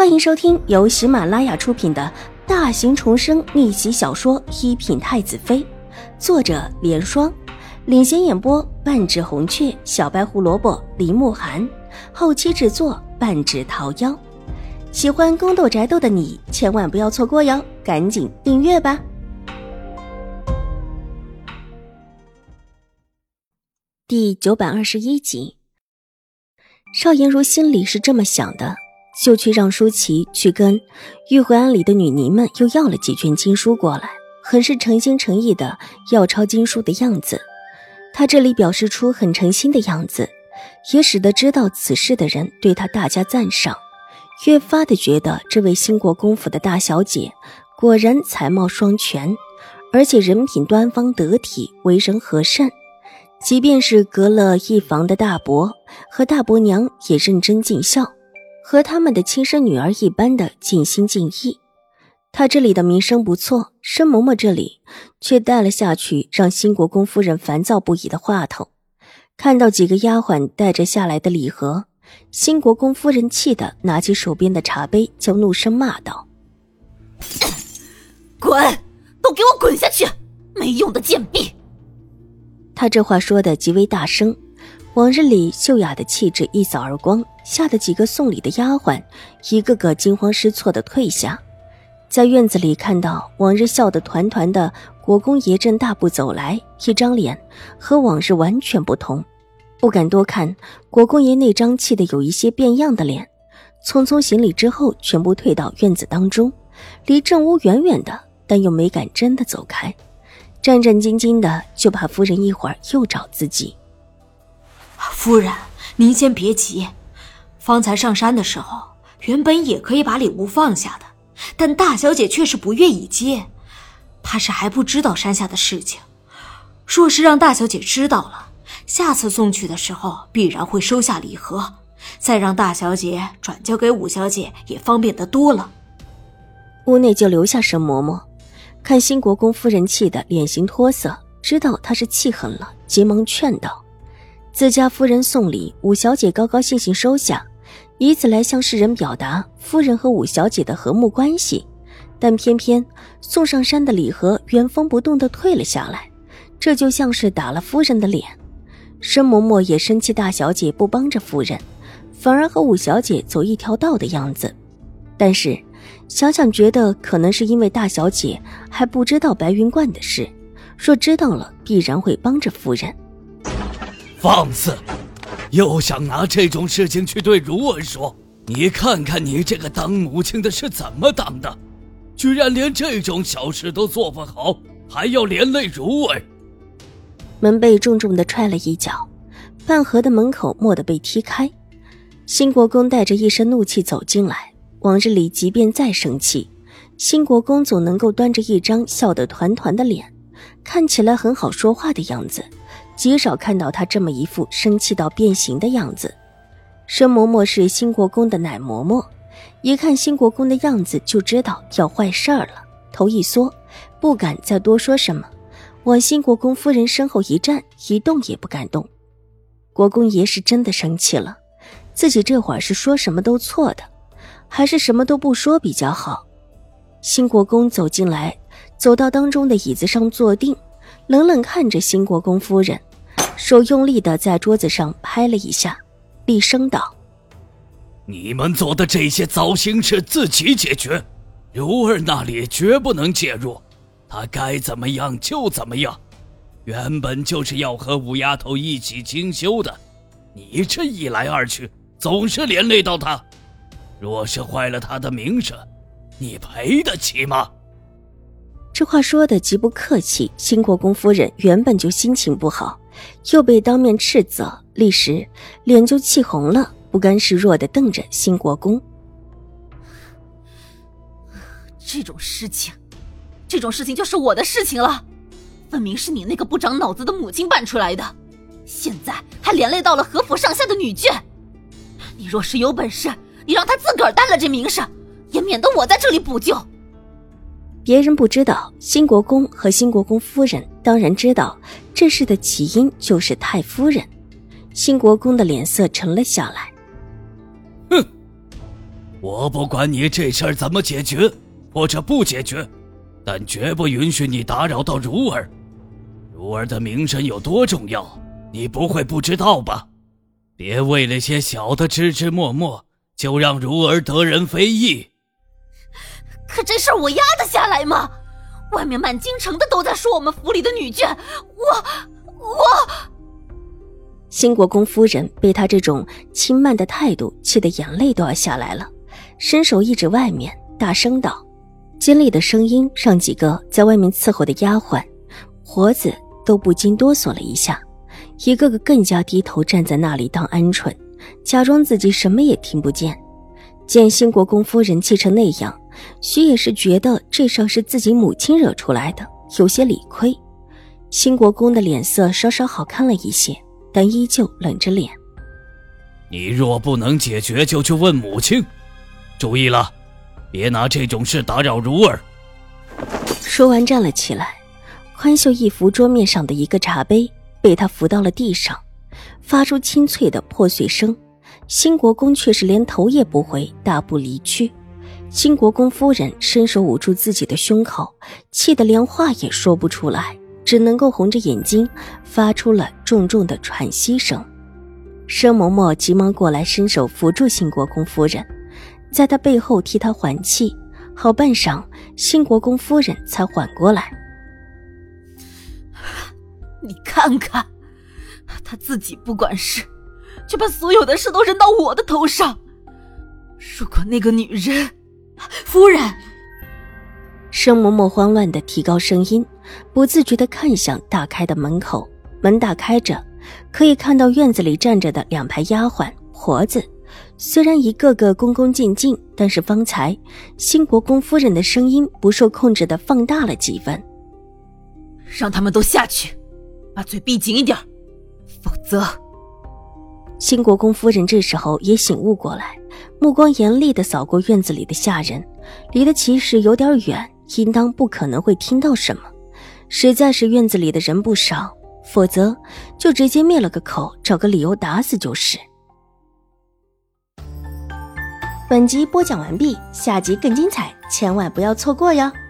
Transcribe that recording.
欢迎收听由喜马拉雅出品的大型重生逆袭小说《一品太子妃》，作者莲霜，领衔演播半指红雀、小白胡萝卜、林慕寒，后期制作半指桃夭。喜欢宫斗宅斗的你千万不要错过哟，赶紧订阅吧。第921集，邵颜如心里是这么想的，就去让舒淇去跟玉回庵里的女尼们又要了几卷经书过来，很是诚心诚意的要抄经书的样子。他这里表示出很诚心的样子，也使得知道此事的人对他大加赞赏，越发的觉得这位兴国公府的大小姐果然才貌双全，而且人品端方得体，为人和善。即便是隔了一房的大伯和大伯娘也认真尽孝，和他们的亲生女儿一般的尽心尽意。他这里的名声不错，申嬷嬷这里却带了下去让兴国公夫人烦躁不已的话头。看到几个丫鬟带着下来的礼盒，兴国公夫人气得拿起手边的茶杯就怒声骂道： 滚，都给我滚下去，没用的贱婢！ 他这话说得极为大声，往日里秀雅的气质一扫而光，吓得几个送礼的丫鬟一个个惊慌失措地退下。在院子里看到往日笑得团团的国公爷正大步走来，一张脸和往日完全不同，不敢多看国公爷那张气得有一些变样的脸，匆匆行礼之后全部退到院子当中，离正屋远远的，但又没敢真的走开，战战兢兢的，就怕夫人一会儿又找自己。 夫人，您先别急，方才上山的时候原本也可以把礼物放下的，但大小姐却是不愿意接，怕是还不知道山下的事情。若是让大小姐知道了，下次送去的时候必然会收下礼盒，再让大小姐转交给五小姐也方便得多了。 屋内就留下申嬷嬷，看兴国公夫人气得脸型脱色，知道她是气狠了，急忙劝道：自家夫人送礼，五小姐高高兴兴收下，以此来向世人表达夫人和五小姐的和睦关系。但偏偏送上山的礼盒原封不动地退了下来，这就像是打了夫人的脸。申嬷嬷也生气大小姐不帮着夫人，反而和五小姐走一条道的样子。但是想想觉得可能是因为大小姐还不知道白云观的事，若知道了必然会帮着夫人。 放肆！又想拿这种事情去对如儿说，你看看你这个当母亲的是怎么当的，居然连这种小事都做不好，还要连累如儿。 门被重重地踹了一脚，半合的门口蓦地被踢开。兴国公带着一身怒气走进来，往日里即便再生气，兴国公总能够端着一张笑得团团的脸，看起来很好说话的样子，极少看到他这么一副生气到变形的样子。申嬷嬷是兴国公的奶嬷嬷，一看兴国公的样子就知道要坏事儿了，头一缩，不敢再多说什么，往兴国公夫人身后一站，一动也不敢动。国公爷是真的生气了，自己这会儿是说什么都错的，还是什么都不说比较好。兴国公走进来，走到当中的椅子上坐定，冷冷看着兴国公夫人，手用力地在桌子上拍了一下，厉声道： 你们做的这些糟心事自己解决，如儿那里绝不能介入，她该怎么样就怎么样，原本就是要和五丫头一起精修的，你这一来二去总是连累到她，若是坏了她的名声，你赔得起吗？ 这话说得极不客气，兴国公夫人原本就心情不好，又被当面斥责，立时脸就气红了，不甘示弱地瞪着兴国公。 这种事情就是我的事情了，分明是你那个不长脑子的母亲办出来的，现在还连累到了何府上下的女眷。你若是有本事，你让他自个儿担了这名声，也免得我在这里补救。 别人不知道，兴国公和兴国公夫人当然知道，这事的起因就是太夫人。兴国公的脸色沉了下来。 哼， 我不管你这事儿怎么解决或者不解决，但绝不允许你打扰到如儿。如儿的名声有多重要，你不会不知道吧？别为了些小的枝枝末末，就让如儿得人非议。 可这事儿我压得下来吗？外面满京城的都在说我们府里的女眷，我…… 新国公夫人被他这种轻慢的态度气得眼泪都要下来了，伸手一指外面，大声道。尖利的声音让几个在外面伺候的丫鬟婆子都不禁哆嗦了一下，一个个更加低头站在那里当鹌鹑，假装自己什么也听不见。见新国公夫人气成那样，许也是觉得这事是自己母亲惹出来的，有些理亏。新国公的脸色稍稍好看了一些，但依旧冷着脸。 你若不能解决，就去问母亲。注意了，别拿这种事打扰如儿。 说完站了起来，宽袖一扶桌面上的一个茶杯，被他扶到了地上，发出清脆的破碎声。新国公却是连头也不回，大步离去。新国公夫人伸手捂住自己的胸口，气得连话也说不出来，只能够红着眼睛发出了重重的喘息声。佘嬷嬷急忙过来，伸手扶住新国公夫人，在他背后替他缓气。好半晌，新国公夫人才缓过来。 你看看，他自己不管事，却把所有的事都扔到我的头上。如果那个女人…… 夫人！ 佘嬷嬷慌乱地提高声音，不自觉地看向大开的门口。门大开着，可以看到院子里站着的两排丫鬟婆子，虽然一个个恭恭敬敬，但是方才新国公夫人的声音不受控制地放大了几分。 让他们都下去，把嘴闭紧一点，否则…… 新国公夫人这时候也醒悟过来，目光严厉地扫过院子里的下人，离得其实有点远，应当不可能会听到什么。实在是院子里的人不少，否则就直接灭了个口，找个理由打死就是。本集播讲完毕，下集更精彩，千万不要错过哟。